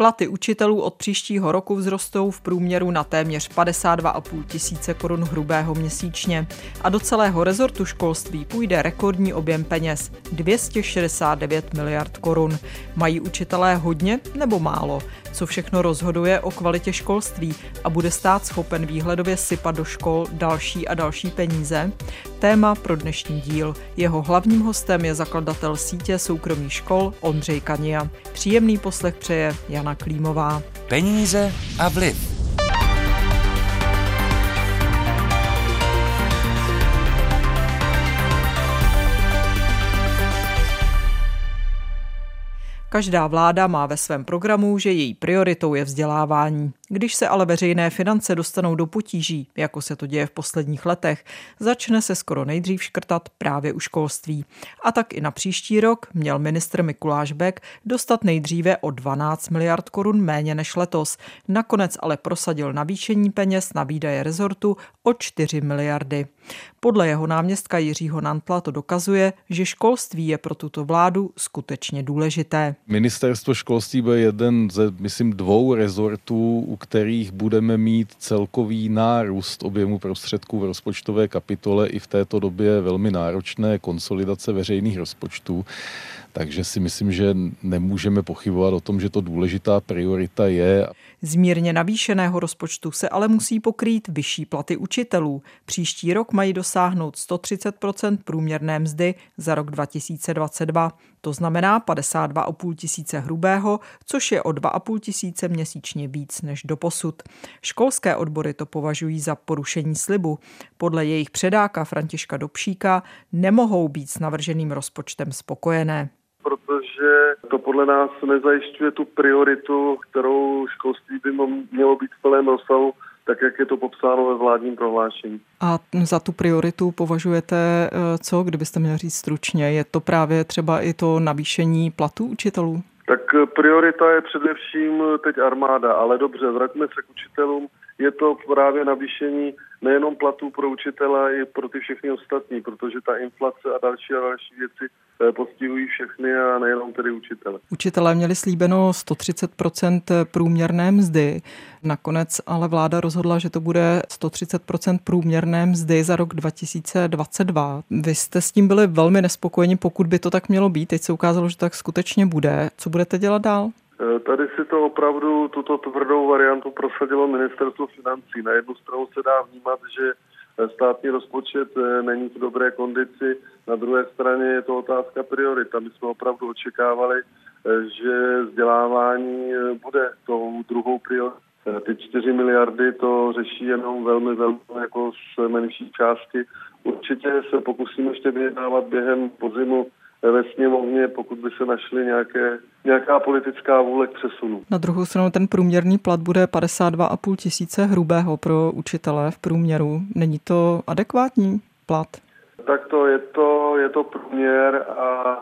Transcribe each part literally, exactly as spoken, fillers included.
Platy učitelů od příštího roku vzrostou v průměru na téměř padesát dva a půl tisíce korun hrubého měsíčně a do celého rezortu školství půjde rekordní objem peněz dvě stě šedesát devět miliard korun. Mají učitelé hodně nebo málo? Co všechno rozhoduje o kvalitě školství a bude stát schopen výhledově sypat do škol další a další peníze? Téma pro dnešní díl. Jeho hlavním hostem je zakladatel sítě soukromých škol Ondřej Kania. Příjemný poslech přeje Jana Klímová. Peníze a vliv. Každá vláda má ve svém programu, že její prioritou je vzdělávání. Když se ale veřejné finance dostanou do potíží, jako se to děje v posledních letech, začne se skoro nejdřív škrtat právě u školství. A tak i na příští rok měl ministr Mikuláš Bek dostat nejdříve o dvanáct miliard korun méně než letos. Nakonec ale prosadil navýšení peněz na výdaje rezortu o čtyři miliardy. Podle jeho náměstka Jiřího Nantla to dokazuje, že školství je pro tuto vládu skutečně důležité. Ministerstvo školství bude jeden ze, myslím, dvou rezortů, u kterých budeme mít celkový nárůst objemu prostředků v rozpočtové kapitole i v této době velmi náročné konsolidace veřejných rozpočtů. Takže si myslím, že nemůžeme pochybovat o tom, že to důležitá priorita je. Z mírně navýšeného rozpočtu se ale musí pokrýt vyšší platy učitelů. Příští rok mají dosáhnout sto třicet procent průměrné mzdy za rok dva tisíce dvacet dva. To znamená padesát dva a půl tisíce hrubého, což je o dva a půl tisíce měsíčně víc než doposud. Školské odbory to považují za porušení slibu. Podle jejich předáka Františka Dobšíka nemohou být s navrženým rozpočtem spokojené. Protože to podle nás nezajišťuje tu prioritu, kterou školství by mělo být v plném rozsahu, tak jak je to popsáno ve vládním prohlášení. A za tu prioritu považujete co, kdybyste měl říct stručně? Je to právě třeba i to navýšení platů učitelů? Tak priorita je především teď armáda, ale dobře, vraťme se k učitelům. Je to právě navýšení nejenom platů pro učitele, ale i pro ty všechny ostatní, protože ta inflace a další a další věci postihují všechny a nejenom tedy učitele. Učitelé měli slíbeno sto třicet procent průměrné mzdy. Nakonec ale vláda rozhodla, že to bude sto třicet procent průměrné mzdy za rok dva tisíce dvacet dva. Vy jste s tím byli velmi nespokojeni, pokud by to tak mělo být. Teď se ukázalo, že tak skutečně bude. Co budete dělat dál? Tady si to opravdu, tuto tvrdou variantu prosadilo ministerstvo financí. Na jednu stranu se dá vnímat, že státní rozpočet není v dobré kondici, na druhé straně je to otázka priorita. My jsme opravdu očekávali, že vzdělávání bude tou druhou prioritou. Ty čtyři miliardy to řeší jenom velmi, velmi jako z menší částky. Určitě se pokusíme ještě vyjednávat během podzimu ve sněmovně, pokud by se našly nějaké, nějaká politická vůle k přesunu. Na druhou stranu ten průměrný plat bude padesát dva a půl tisíce hrubého pro učitele v průměru. Není to adekvátní plat? Tak to je to, je to průměr a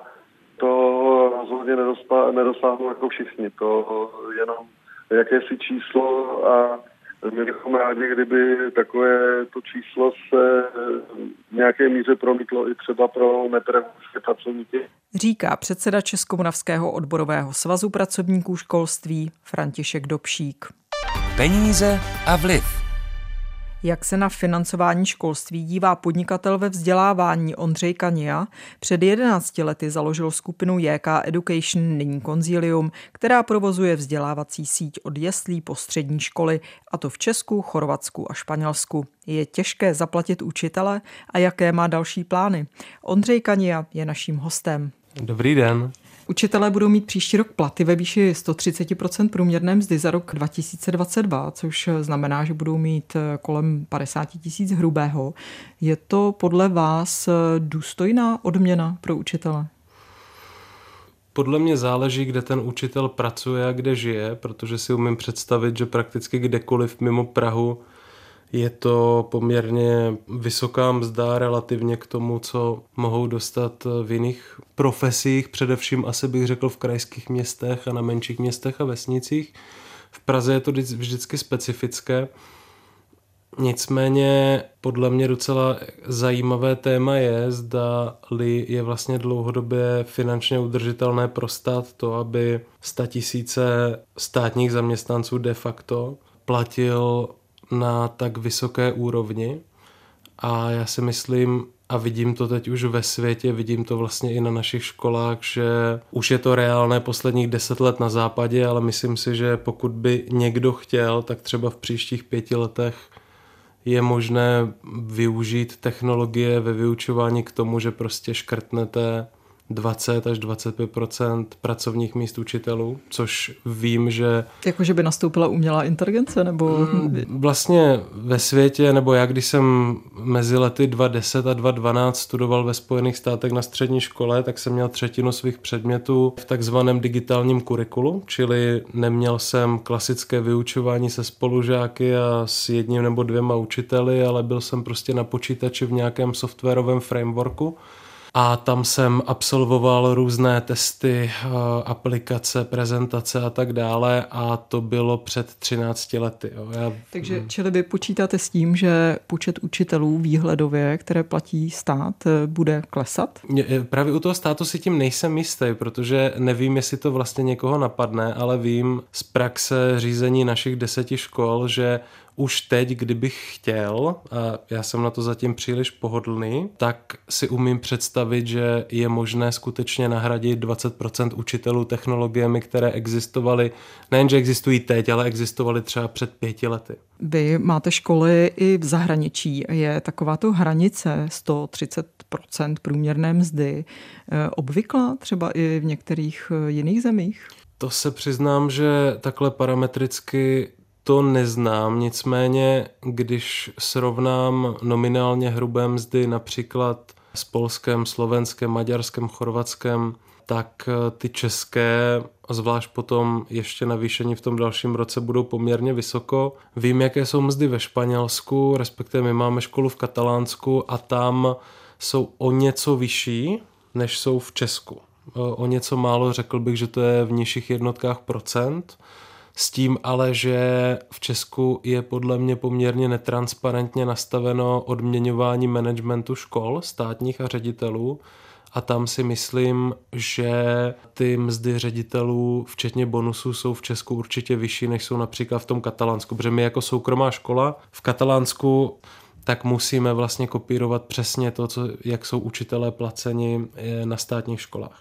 to rozhodně nedosáhnou jako všichni. To jenom jakési číslo a my bychom rádi, kdyby takové to číslo se v nějaké míře promítlo i třeba pro nepedagogické pracovníky. Říká předseda Českomoravského odborového svazu pracovníků školství František Dobšík. Peníze a vliv. Jak se na financování školství dívá podnikatel ve vzdělávání Ondřej Kania? Před jedenácti lety založil skupinu J K Education, nyní Konzilium, která provozuje vzdělávací síť od jeslí po střední školy, a to v Česku, Chorvatsku a Španělsku. Je těžké zaplatit učitele a jaké má další plány? Ondřej Kania je naším hostem. Dobrý den. Učitelé budou mít příští rok platy ve výši sto třicet procent průměrné mzdy za rok dva tisíce dvacet dva, což znamená, že budou mít kolem padesát tisíc hrubého. Je to podle vás důstojná odměna pro učitele? Podle mě záleží, kde ten učitel pracuje a kde žije, protože si umím představit, že prakticky kdekoliv mimo Prahu je to poměrně vysoká mzda relativně k tomu, co mohou dostat v jiných profesích, především asi bych řekl v krajských městech a na menších městech a vesnicích. V Praze je to vždycky specifické. Nicméně podle mě docela zajímavé téma je, zda-li je vlastně dlouhodobě finančně udržitelné pro stát to, aby statisíce státních zaměstnanců de facto platil na tak vysoké úrovni. A já si myslím, a vidím to teď už ve světě, vidím to vlastně i na našich školách, že už je to reálné posledních deset let na západě, ale myslím si, že pokud by někdo chtěl, tak třeba v příštích pěti letech je možné využít technologie ve vyučování k tomu, že prostě škrtnete dvacet až dvacet pět procent pracovních míst učitelů, což vím, že... Jako, že by nastoupila umělá inteligence, nebo... Vlastně ve světě, nebo já, když jsem mezi lety dva tisíce deset a dva tisíce dvanáct studoval ve Spojených státech na střední škole, tak jsem měl třetinu svých předmětů v takzvaném digitálním kurikulu, čili neměl jsem klasické vyučování se spolužáky a s jedním nebo dvěma učiteli, ale byl jsem prostě na počítači v nějakém softwarovém frameworku. A tam jsem absolvoval různé testy, aplikace, prezentace a tak dále a to bylo před třinácti lety. Jo. Já... Takže čili vy počítáte s tím, že počet učitelů výhledově, které platí stát, bude klesat? Právě u toho státu si tím nejsem jistý, protože nevím, jestli to vlastně někoho napadne, ale vím z praxe řízení našich deseti škol, že už teď, kdybych chtěl, a já jsem na to zatím příliš pohodlný, tak si umím představit, že je možné skutečně nahradit dvacet procent učitelů technologiemi, které existovaly, nejenže existují teď, ale existovaly třeba před pěti lety. Vy máte školy i v zahraničí. Je takováto hranice sto třicet procent průměrné mzdy obvyklá třeba i v některých jiných zemích? To se přiznám, že takhle parametricky to neznám, nicméně když srovnám nominálně hrubé mzdy například s Polskem, Slovenskem, Maďarskem, Chorvatskem, tak ty české, zvlášť potom ještě navýšení v tom dalším roce, budou poměrně vysoko. Vím, jaké jsou mzdy ve Španělsku, respektive my máme školu v Katalánsku a tam jsou o něco vyšší, než jsou v Česku. O něco málo, řekl bych, že to je v nižších jednotkách procent. S tím ale, že v Česku je podle mě poměrně netransparentně nastaveno odměňování managementu škol, státních a ředitelů a tam si myslím, že ty mzdy ředitelů, včetně bonusů, jsou v Česku určitě vyšší, než jsou například v tom Katalánsku, protože my jako soukromá škola v Katalánsku tak musíme vlastně kopírovat přesně to, co, jak jsou učitelé placeni na státních školách.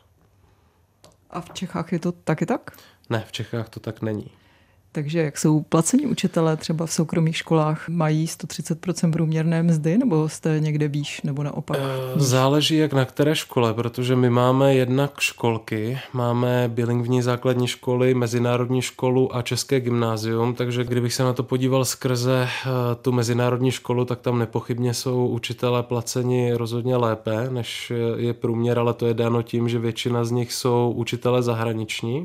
A v Čechách je to taky tak? Ne, v Čechách to tak není. Takže jak jsou placení učitelé třeba v soukromých školách? Mají sto třicet procent průměrné mzdy nebo jste někde výš nebo naopak? Záleží jak na které škole, protože my máme jednak školky, máme bilingvní základní školy, mezinárodní školu a české gymnázium, takže kdybych se na to podíval skrze tu mezinárodní školu, tak tam nepochybně jsou učitelé placeni rozhodně lépe, než je průměr, ale to je dáno tím, že většina z nich jsou učitelé zahraniční.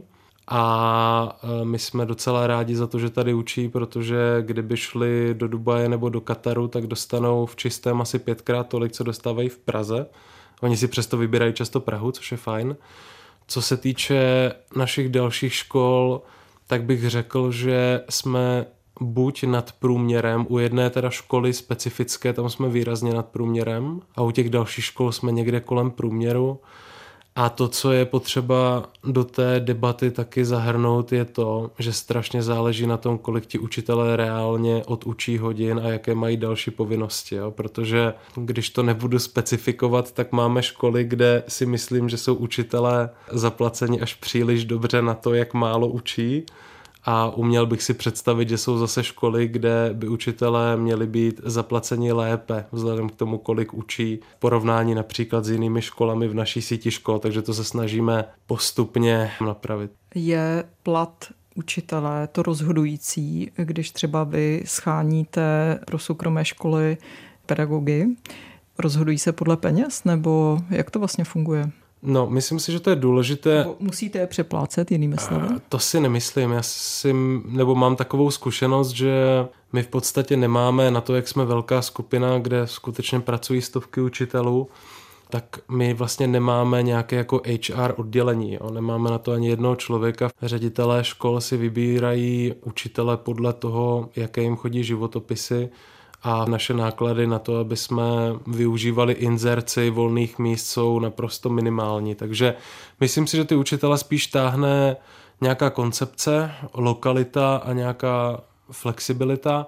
A my jsme docela rádi za to, že tady učí, protože kdyby šli do Dubaje nebo do Kataru, tak dostanou v čistém asi pětkrát tolik, co dostávají v Praze. Oni si přesto vybírají často Prahu, což je fajn. Co se týče našich dalších škol, tak bych řekl, že jsme buď nad průměrem, u jedné teda školy specifické, tam jsme výrazně nad průměrem a u těch dalších škol jsme někde kolem průměru. A to, co je potřeba do té debaty taky zahrnout, je to, že strašně záleží na tom, kolik ti učitelé reálně odučí hodin a jaké mají další povinnosti. Jo? Protože když to nebudu specifikovat, tak máme školy, kde si myslím, že jsou učitelé zaplaceni až příliš dobře na to, jak málo učí. A uměl bych si představit, že jsou zase školy, kde by učitelé měli být zaplaceni lépe vzhledem k tomu, kolik učí v porovnání například s jinými školami v naší síti škol, takže to se snažíme postupně napravit. Je plat učitele to rozhodující, když třeba vy scháníte pro soukromé školy pedagogy? Rozhodují se podle peněz, nebo jak to vlastně funguje? No, myslím si, že to je důležité. Nebo musíte je přeplácet, jinými slovy? To si nemyslím. Já si, nebo mám takovou zkušenost, že my v podstatě nemáme na to, jak jsme velká skupina, kde skutečně pracují stovky učitelů, tak my vlastně nemáme nějaké jako H R oddělení. Jo? Nemáme na to ani jednoho člověka. Ředitelé škol si vybírají učitele podle toho, jaké jim chodí životopisy a naše náklady na to, aby jsme využívali inzerci volných míst, jsou naprosto minimální. Takže myslím si, že ty učitele spíš táhne nějaká koncepce, lokalita a nějaká flexibilita.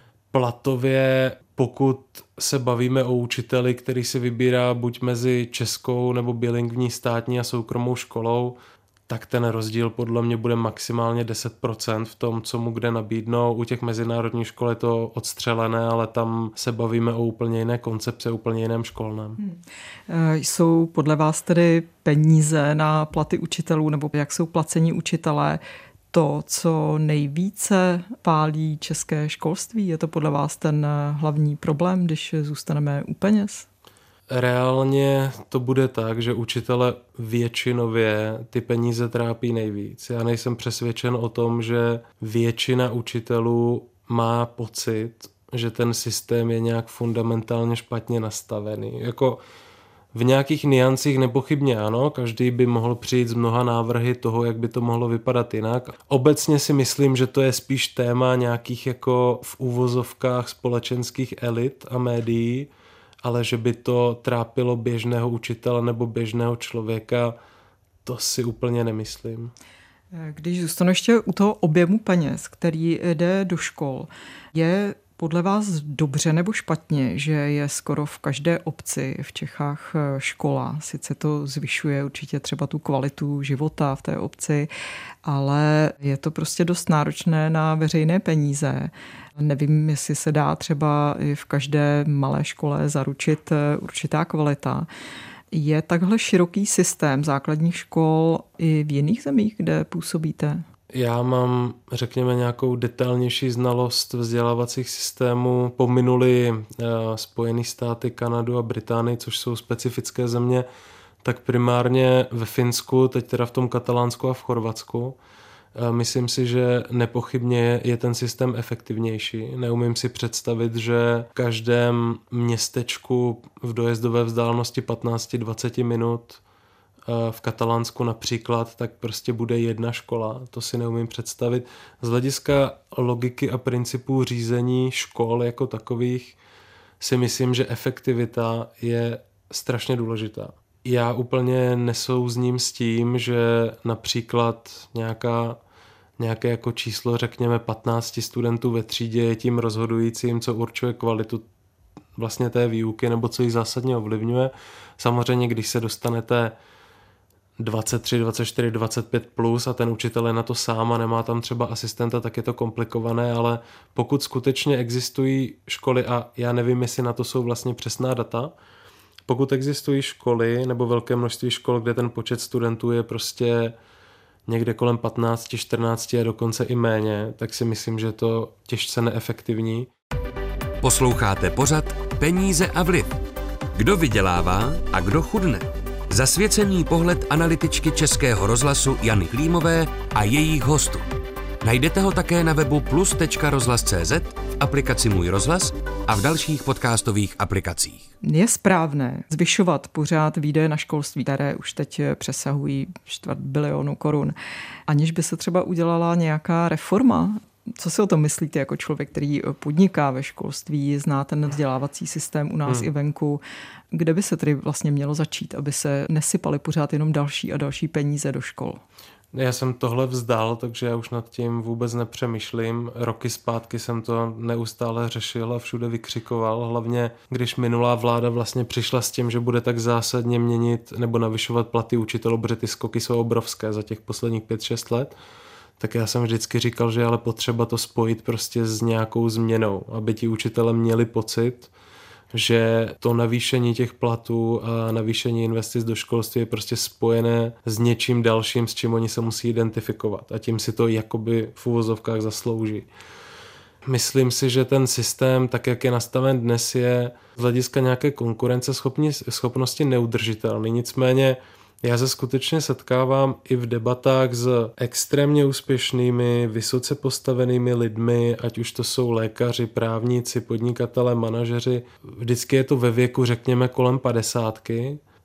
Platově, pokud se bavíme o učiteli, který si vybírá buď mezi českou nebo bilingvní státní a soukromou školou, tak ten rozdíl podle mě bude maximálně deset procent v tom, co mu kde nabídnou. U těch mezinárodních škol je to odstřelené, ale tam se bavíme o úplně jiné koncepci, úplně jiném školném. Hmm. Jsou podle vás tedy peníze na platy učitelů, nebo jak jsou placení učitelé, to, co nejvíce pálí české školství? Je to podle vás ten hlavní problém, když zůstaneme u peněz? Reálně to bude tak, že učitele většinově ty peníze trápí nejvíc. Já nejsem přesvědčen o tom, že většina učitelů má pocit, že ten systém je nějak fundamentálně špatně nastavený. Jako v nějakých niancích nepochybně ano, každý by mohl přijít z mnoha návrhy toho, jak by to mohlo vypadat jinak. Obecně si myslím, že to je spíš téma nějakých jako v úvozovkách společenských elit a médií, ale že by to trápilo běžného učitele nebo běžného člověka, to si úplně nemyslím. Když zůstanu ještě u toho objemu peněz, který jde do škol, je podle vás dobře nebo špatně, že je skoro v každé obci v Čechách škola? Sice to zvyšuje určitě třeba tu kvalitu života v té obci, ale je to prostě dost náročné na veřejné peníze. Nevím, jestli se dá třeba i v každé malé škole zaručit určitá kvalita. Je takhle široký systém základních škol i v jiných zemích, kde působíte? Já mám, řekněme, nějakou detailnější znalost vzdělávacích systémů. Pominuli Spojené státy, Kanadu a Británii, což jsou specifické země, tak primárně ve Finsku, teď teda v tom Katalánsku a v Chorvatsku. Myslím si, že nepochybně je ten systém efektivnější. Neumím si představit, že v každém městečku v dojezdové vzdálenosti patnáct až dvacet minut v Katalánsku například, tak prostě bude jedna škola. To si neumím představit. Z hlediska logiky a principů řízení škol jako takových si myslím, že efektivita je strašně důležitá. Já úplně nesouzním s tím, že například nějaká, nějaké jako číslo, řekněme patnáct studentů ve třídě je tím rozhodujícím, co určuje kvalitu vlastně té výuky nebo co ji zásadně ovlivňuje. Samozřejmě, když se dostanete dvacet tři, dvacet čtyři, dvacet pět plus a ten učitel je na to sám a nemá tam třeba asistenta, tak je to komplikované, ale pokud skutečně existují školy, a já nevím, jestli na to jsou vlastně přesná data, pokud existují školy nebo velké množství škol, kde ten počet studentů je prostě někde kolem patnáct, čtrnáct a dokonce i méně, tak si myslím, že je to těžce neefektivní. Posloucháte pořad Peníze a vliv. Kdo vydělává a kdo chudne? Zasvěcený pohled analytičky Českého rozhlasu Jany Klímové a jejich hostů. Najdete ho také na webu plus tečka rozhlas tečka cé zet, v aplikaci Můj rozhlas a v dalších podcastových aplikacích. Je správné zvyšovat pořád výdaje na školství, které už teď přesahují čtvrt bilionu korun, aniž by se třeba udělala nějaká reforma? Co si o tom myslíte jako člověk, který podniká ve školství, zná ten vzdělávací systém u nás hmm. i venku? Kde by se tedy vlastně mělo začít, aby se nesypaly pořád jenom další a další peníze do škol? Já jsem tohle vzdal, takže já už nad tím vůbec nepřemýšlím. Roky zpátky jsem to neustále řešil a všude vykřikoval. Hlavně, když minulá vláda vlastně přišla s tím, že bude tak zásadně měnit nebo navyšovat platy učitelů, protože ty skoky jsou obrovské za těch posledních pět šest let, tak já jsem vždycky říkal, že je ale potřeba to spojit prostě s nějakou změnou, aby ti učitelé měli pocit, že to navýšení těch platů a navýšení investic do školství je prostě spojené s něčím dalším, s čím oni se musí identifikovat a tím si to jakoby v uvozovkách zaslouží. Myslím si, že ten systém, tak jak je nastaven dnes, je z hlediska nějaké konkurenceschopnosti neudržitelný. Nicméně já se skutečně setkávám i v debatách s extrémně úspěšnými, vysoce postavenými lidmi, ať už to jsou lékaři, právníci, podnikatelé, manažeři. Vždycky je to ve věku, řekněme, kolem padesátky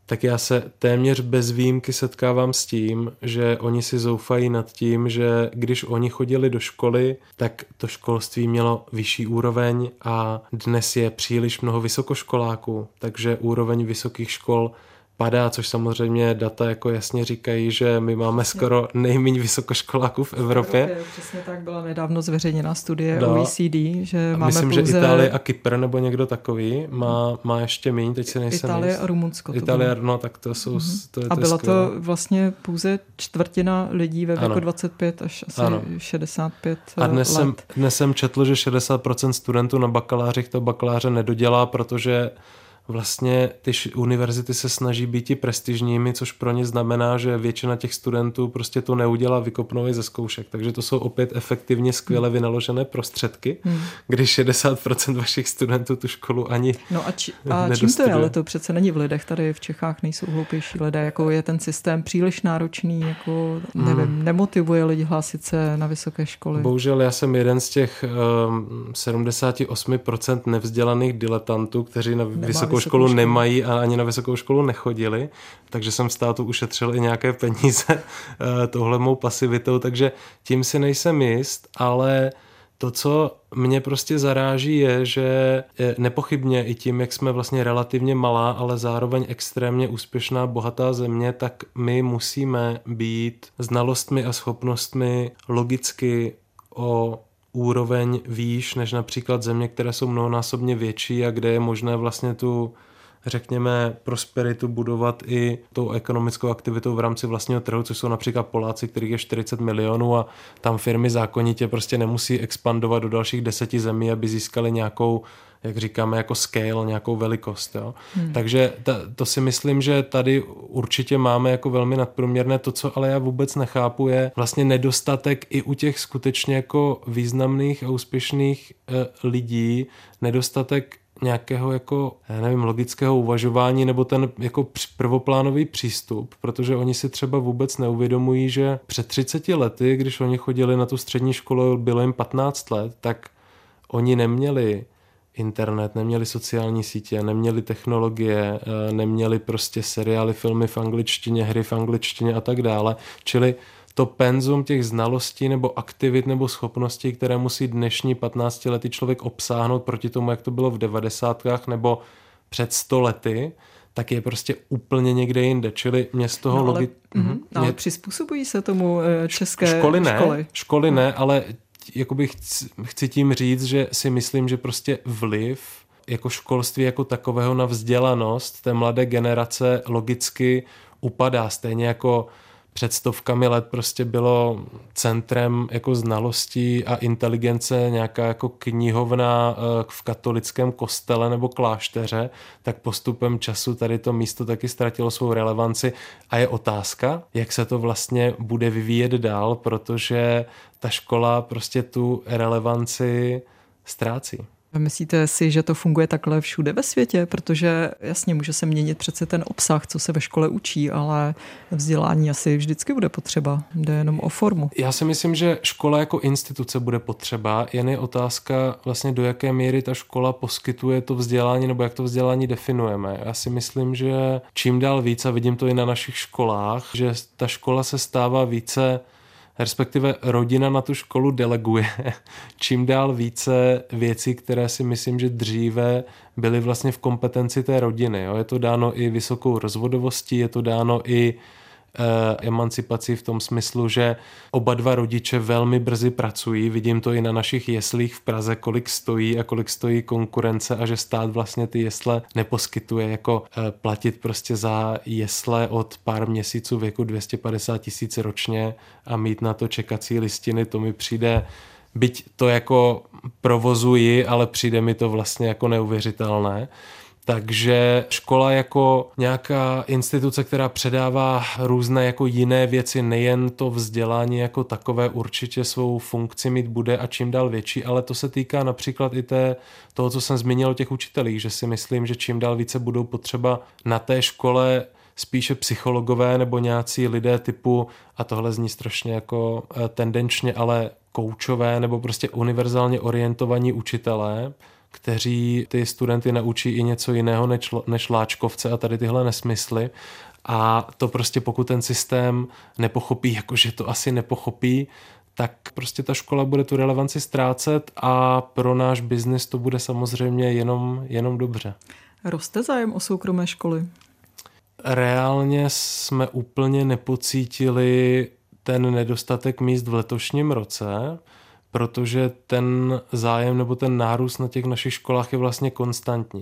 tak já se téměř bez výjimky setkávám s tím, že oni si zoufají nad tím, že když oni chodili do školy, tak to školství mělo vyšší úroveň a dnes je příliš mnoho vysokoškoláků, takže úroveň vysokých škol padá, což samozřejmě data jako jasně říkají, že my máme skoro nejméně vysokoškoláků v Evropě. Evropě. Přesně tak, byla nedávno zveřejněná studie no, O E C D, že máme myslím, pouze... že Itálie a Kypr nebo někdo takový má, má ještě méně, teď si nejsem Itálie jist. a Rumunsko. Itálie, no tak to jsou... Mm-hmm. To je a to byla skvělé. to vlastně pouze čtvrtina lidí ve věku ano. dvacet pět až asi ano. šedesát pět a dnes let. Jsem, dnes jsem četl, že šedesát procent studentů na bakalářích to bakaláře nedodělá, protože vlastně ty univerzity se snaží být i prestižními, což pro ně znamená, že většina těch studentů prostě to neudělá, vykopnou je ze zkoušek. Takže to jsou opět efektivně skvěle vynaložené prostředky, hmm. když šedesát procent vašich studentů tu školu ani No a, či, a čím to je? Ale to přece není v lidech. Tady v Čechách nejsou hloupější lidé. Jako je ten systém příliš náročný, jako nevím, hmm. nemotivuje lidi hlásit se na vysoké školy. Bohužel já jsem jeden z těch um, sedmdesát osm procent nevzdělaných diletantů, kteří na Nemá vysokou školu, školu nemají a ani na vysokou školu nechodili, takže jsem státu ušetřil i nějaké peníze touhle mou pasivitou, takže tím si nejsem jist, ale to, co mě prostě zaráží, je, že nepochybně i tím, jak jsme vlastně relativně malá, ale zároveň extrémně úspěšná, bohatá země, tak my musíme být znalostmi a schopnostmi logicky o úroveň výš než například země, které jsou mnohonásobně větší a kde je možné vlastně tu, řekněme, prosperitu budovat i tou ekonomickou aktivitou v rámci vlastního trhu, což jsou například Poláci, kterých je čtyřicet milionů a tam firmy zákonitě prostě nemusí expandovat do dalších deseti zemí, aby získali nějakou, jak říkáme, jako scale, nějakou velikost. Jo? Hmm. Takže ta, to si myslím, že tady určitě máme jako velmi nadprůměrné. To, co ale já vůbec nechápu, je vlastně nedostatek i u těch skutečně jako významných a úspěšných eh, lidí, nedostatek nějakého jako, já nevím, logického uvažování nebo ten jako prvoplánový přístup, protože oni si třeba vůbec neuvědomují, že před třiceti lety, když oni chodili na tu střední školu, bylo jim patnáct let, tak oni neměli internet, neměli sociální sítě, neměli technologie, neměli prostě seriály, filmy v angličtině, hry v angličtině a tak dále. Čili to penzum těch znalostí nebo aktivit nebo schopností, které musí dnešní patnáctiletý člověk obsáhnout proti tomu, jak to bylo v devadesátkách nebo před sto lety, tak je prostě úplně někde jinde. Čili mě z toho no, ale, logi... mm, ale mě... přizpůsobují se tomu české školy? Ne, školy, školy ne, ale jakoby chci, chci tím říct, že si myslím, že prostě vliv jako školství jako takového na vzdělanost té mladé generace logicky upadá. Stejně jako před stovkami let prostě bylo centrem jako znalostí a inteligence nějaká jako knihovna v katolickém kostele nebo klášteře, tak postupem času tady to místo taky ztratilo svou relevanci a je otázka, jak se to vlastně bude vyvíjet dál, protože ta škola prostě tu relevanci ztrácí. Myslíte si, že to funguje takhle všude ve světě? Protože jasně může se měnit přece ten obsah, co se ve škole učí, ale vzdělání asi vždycky bude potřeba. Jde jenom o formu. Já si myslím, že škola jako instituce bude potřeba, jen je otázka vlastně do jaké míry ta škola poskytuje to vzdělání nebo jak to vzdělání definujeme. Já si myslím, že čím dál víc, a vidím to i na našich školách, že ta škola se stává více, respektive rodina na tu školu deleguje čím dál více věcí, které si myslím, že dříve byly vlastně v kompetenci té rodiny. Jo. Je to dáno i vysokou rozvodovostí, je to dáno i e, emancipací v tom smyslu, že oba dva rodiče velmi brzy pracují. Vidím to i na našich jeslích v Praze, kolik stojí a kolik stojí konkurence a že stát vlastně ty jesle neposkytuje, jako e, platit prostě za jesle od pár měsíců věku dvě stě padesát tisíc ročně a mít na to čekací listiny, to mi přijde, byť to jako provozuji, ale přijde mi to vlastně jako neuvěřitelné. Takže škola jako nějaká instituce, která předává různé jako jiné věci, nejen to vzdělání jako takové, určitě svou funkci mít bude a čím dál větší, ale to se týká například i té, toho, co jsem zmínil o těch učitelích, že si myslím, že čím dál více budou potřeba na té škole spíše psychologové nebo nějací lidé typu, a tohle zní strašně jako tendenčně, ale koučové nebo prostě univerzálně orientovaní učitelé, kteří ty studenty naučí i něco jiného než, než láčkovce a tady tyhle nesmysly. A to prostě pokud ten systém nepochopí, jakože to asi nepochopí, tak prostě ta škola bude tu relevanci ztrácet a pro náš biznis to bude samozřejmě jenom, jenom dobře. Roste zájem o soukromé školy? Reálně jsme úplně nepocítili ten nedostatek míst v letošním roce, protože ten zájem nebo ten nárůst na těch našich školách je vlastně konstantní.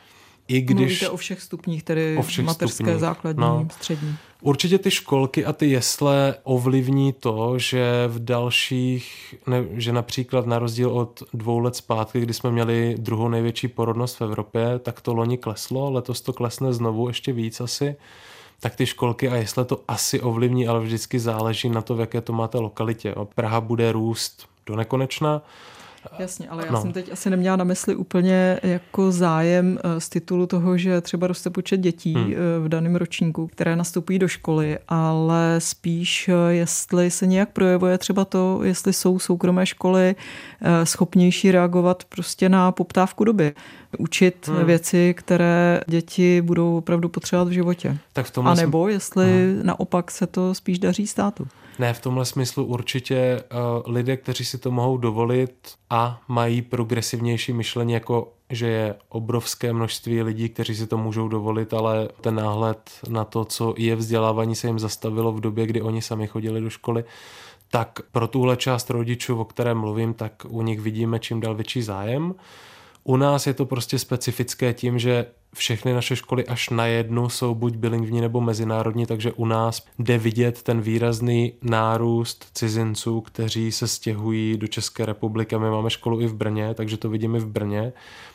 I když mluvíte o všech stupních, tedy o všech mateřské, stupních. Základní, no. Střední. Určitě ty školky a ty jesle ovlivní to, že v dalších, ne, že například na rozdíl od dvou let zpátky, kdy jsme měli druhou největší porodnost v Evropě, tak to loni kleslo, letos to klesne znovu ještě víc asi, tak ty školky a jesle to asi ovlivní, ale vždycky záleží na to, v jaké to máte lokalitě. Praha bude růst do nekonečna. Jasně, ale já no. jsem teď asi neměla na mysli úplně jako zájem z titulu toho, že třeba roste počet dětí hmm. v daném ročníku, které nastupují do školy, ale spíš jestli se nějak projevuje třeba to, jestli jsou soukromé školy schopnější reagovat prostě na poptávku doby. Učit hmm. věci, které děti budou opravdu potřebovat v životě. Tak v A nebo jestli hmm. naopak se to spíš daří státu. Ne, v tomhle smyslu určitě uh, lidé, kteří si to mohou dovolit a mají progresivnější myšlení, jako že je obrovské množství lidí, kteří si to můžou dovolit, ale ten náhled na to, co je vzdělávání, se jim zastavilo v době, kdy oni sami chodili do školy, tak pro tuhle část rodičů, o které mluvím, tak u nich vidíme čím dál větší zájem. U nás je to prostě specifické tím, že všechny naše školy až na jednu jsou buď bilingvní nebo mezinárodní, takže u nás jde vidět ten výrazný nárůst cizinců, kteří se stěhují do České republiky. My máme školu i v Brně, takže to vidíme v Brně.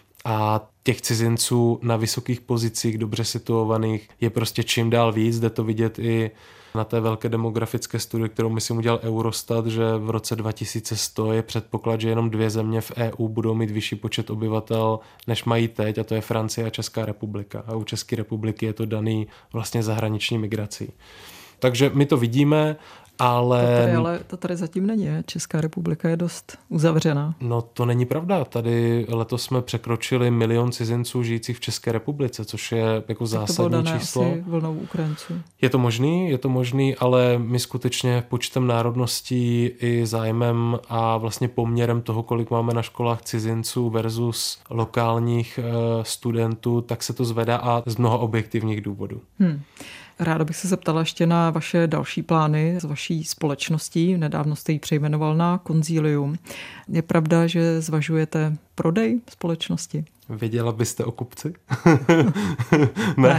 A těch cizinců na vysokých pozicích, dobře situovaných, je prostě čím dál víc. Jde to vidět i na té velké demografické studii, kterou myslím udělal Eurostat, že v roce dva tisíce sto je předpoklad, že jenom dvě země v E U budou mít vyšší počet obyvatel, než mají teď, a to je Francie a Česká republika. A u České republiky je to daný vlastně zahraniční migrací. Takže my to vidíme, ale... To tady, ale to tady zatím není. Česká republika je dost uzavřená. No to není pravda. Tady letos jsme překročili milion cizinců žijících v České republice, což je jako zásadní to číslo. Asi vlnou Ukrajinců. Je to možný, je to možný, ale my skutečně počtem národností i zájmem a vlastně poměrem toho, kolik máme na školách cizinců versus lokálních uh, studentů, tak se to zvedá a z mnoha objektivních důvodů. Hmm. Ráda bych se zeptala ještě na vaše další plány s vaší společností. Nedávno jste ji přejmenoval na Konzílium. Je pravda, že zvažujete prodej společnosti? Věděla byste o kupci? Ne.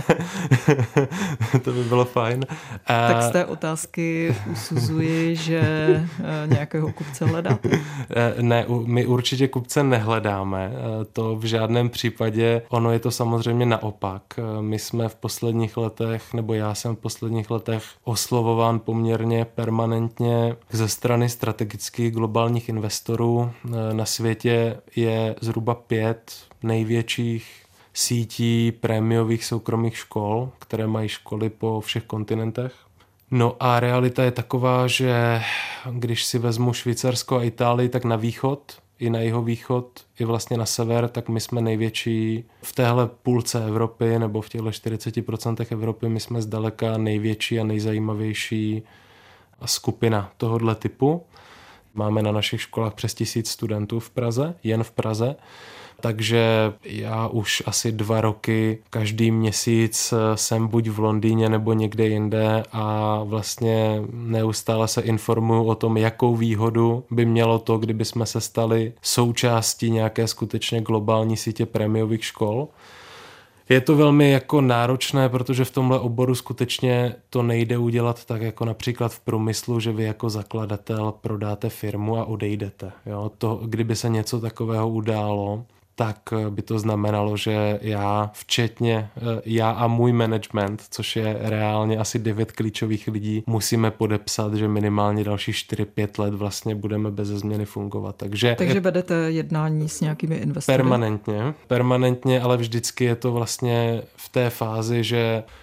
To by bylo fajn. Tak z té otázky usuzuji, že nějakého kupce hledáte. Ne, my určitě kupce nehledáme. To v žádném případě. Ono je to samozřejmě naopak. My jsme v posledních letech, nebo já jsem v posledních letech oslovován poměrně permanentně ze strany strategických globálních investorů. Na světě je zhruba pět největších sítí prémiových soukromých škol, které mají školy po všech kontinentech. No a realita je taková, že když si vezmu Švýcarsko a Itálii, tak na východ, i na jihovýchod, i vlastně na sever, tak my jsme největší v téhle půlce Evropy, nebo v těchto čtyřicet procent Evropy, my jsme zdaleka největší a nejzajímavější skupina tohohle typu. Máme na našich školách přes tisíc studentů v Praze, jen v Praze. Takže já už asi dva roky každý měsíc jsem buď v Londýně nebo někde jinde a vlastně neustále se informuju o tom, jakou výhodu by mělo to, kdyby jsme se stali součástí nějaké skutečně globální sítě prémiových škol. Je to velmi jako náročné, protože v tomhle oboru skutečně to nejde udělat tak jako například v průmyslu, že vy jako zakladatel prodáte firmu a odejdete. Jo? To, kdyby se něco takového událo, tak by to znamenalo, že já, včetně já a můj management, což je reálně asi devět klíčových lidí, musíme podepsat, že minimálně další čtyři pět let vlastně budeme bez změny fungovat. Takže, Takže vedete jednání s nějakými investory? Permanentně, permanentně, ale vždycky je to vlastně v té fázi, že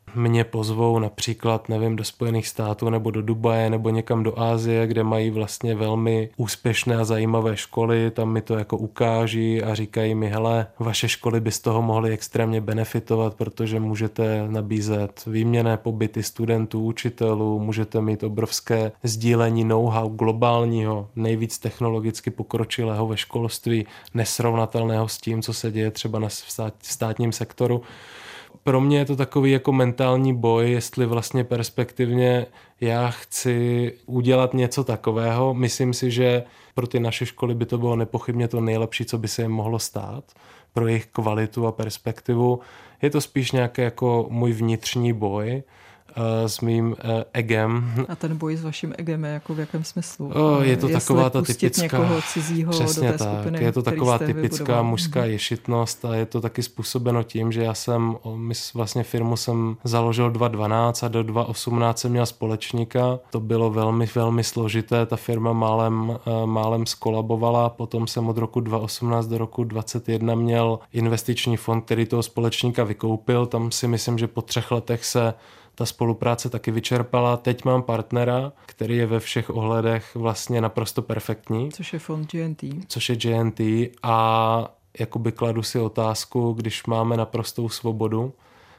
mě pozvou například, nevím, do Spojených států nebo do Dubaje nebo někam do Asie, kde mají vlastně velmi úspěšné a zajímavé školy, tam mi to jako ukáží a říkají mi, hele, vaše školy by z toho mohly extrémně benefitovat, protože můžete nabízet výměnné pobyty studentů, učitelů, můžete mít obrovské sdílení know-how globálního, nejvíc technologicky pokročilého ve školství, nesrovnatelného s tím, co se děje třeba na státním sektoru. Pro mě je to takový jako mentální boj, jestli vlastně perspektivně já chci udělat něco takového. Myslím si, že pro ty naše školy by to bylo nepochybně to nejlepší, co by se jim mohlo stát, pro jejich kvalitu a perspektivu. Je to spíš nějaký jako můj vnitřní boj s mým egem. A ten boj s vaším egem je jako v jakém smyslu? O, je to Jestli taková ta typická... někoho cizího Přesně do té tak. skupiny, Je to taková typická vybudoval. mužská ješitnost a je to taky způsobeno tím, že já jsem, my vlastně firmu jsem založil dva tisíce dvanáct a do dva tisíce osmnáct jsem měl společníka. To bylo velmi, velmi složité. Ta firma málem, málem skolabovala. Potom jsem od roku dva tisíce osmnáct do roku dvacet jedna měl investiční fond, který toho společníka vykoupil. Tam si myslím, že po třech letech se ta spolupráce taky vyčerpala. Teď mám partnera, který je ve všech ohledech vlastně naprosto perfektní. Což je fond G N T. Což je G N T a jakoby kladu si otázku, když máme naprostou svobodu,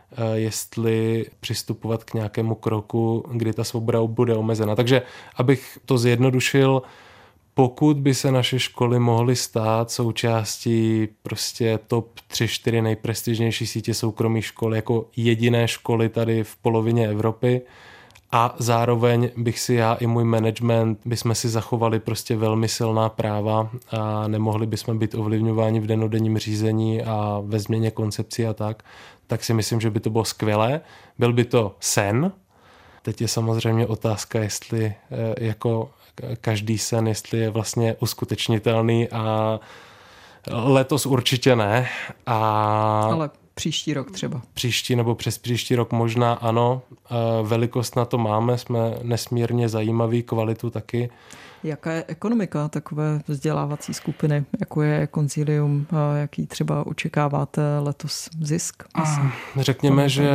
jestli přistupovat k nějakému kroku, kdy ta svoboda bude omezena. Takže abych to zjednodušil, pokud by se naše školy mohly stát součástí prostě top tři čtyři nejprestižnější sítě soukromých škol jako jediné školy tady v polovině Evropy a zároveň bych si já i můj management bychom si zachovali prostě velmi silná práva a nemohli bychom být ovlivňováni v dennodenním řízení a ve změně koncepcí a tak, tak si myslím, že by to bylo skvělé. Byl by to sen. Teď je samozřejmě otázka, jestli jako každý sen, jestli je vlastně uskutečnitelný a letos určitě ne. A ale příští rok třeba. Příští nebo přes příští rok možná ano. Velikost na to máme, jsme nesmírně zajímavý, kvalitu taky. Jaká je ekonomika takové vzdělávací skupiny, jako je Consilium, jaký třeba očekáváte letos zisk? Myslím. Řekněme, že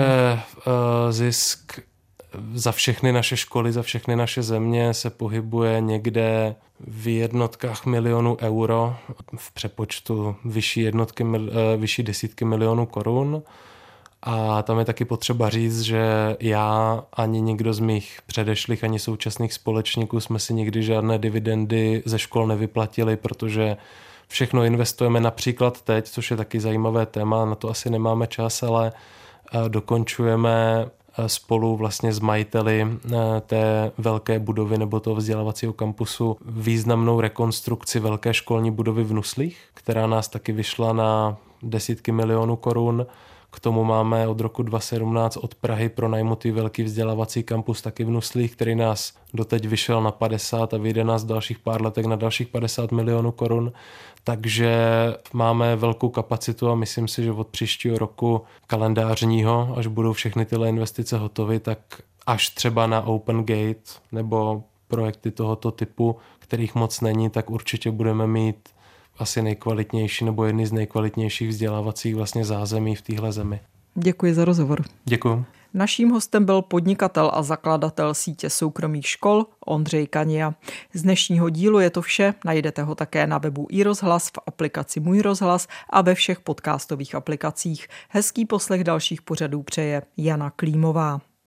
zisk za všechny naše školy, za všechny naše země se pohybuje někde v jednotkách milionů euro, v přepočtu vyšší, jednotky, vyšší desítky milionů korun. A tam je taky potřeba říct, že já ani nikdo z mých předešlých, ani současných společníků jsme si nikdy žádné dividendy ze škol nevyplatili, protože všechno investujeme například teď, což je taky zajímavé téma, na to asi nemáme čas, ale dokončujeme spolu vlastně s majiteli té velké budovy nebo toho vzdělávacího kampusu významnou rekonstrukci velké školní budovy v Nuslích, která nás taky vyšla na desítky milionů korun. K tomu máme od roku dva tisíce sedmnáct od Prahy pronajmutý velký vzdělávací kampus taky v Nuslích, který nás doteď vyšel na padesát a vyjde nás v dalších pár letech na dalších padesát milionů korun. Takže máme velkou kapacitu a myslím si, že od příštího roku kalendářního, až budou všechny tyhle investice hotovy, tak až třeba na Open Gate nebo projekty tohoto typu, kterých moc není, tak určitě budeme mít asi nejkvalitnější nebo jedny z nejkvalitnějších vzdělávacích vlastně zázemí v téhle zemi. Děkuji za rozhovor. Děkuji. Naším hostem byl podnikatel a zakladatel sítě soukromých škol Ondřej Kania. Z dnešního dílu je to vše, najdete ho také na webu iRozhlas, v aplikaci Můj rozhlas a ve všech podcastových aplikacích. Hezký poslech dalších pořadů přeje Jana Klímová.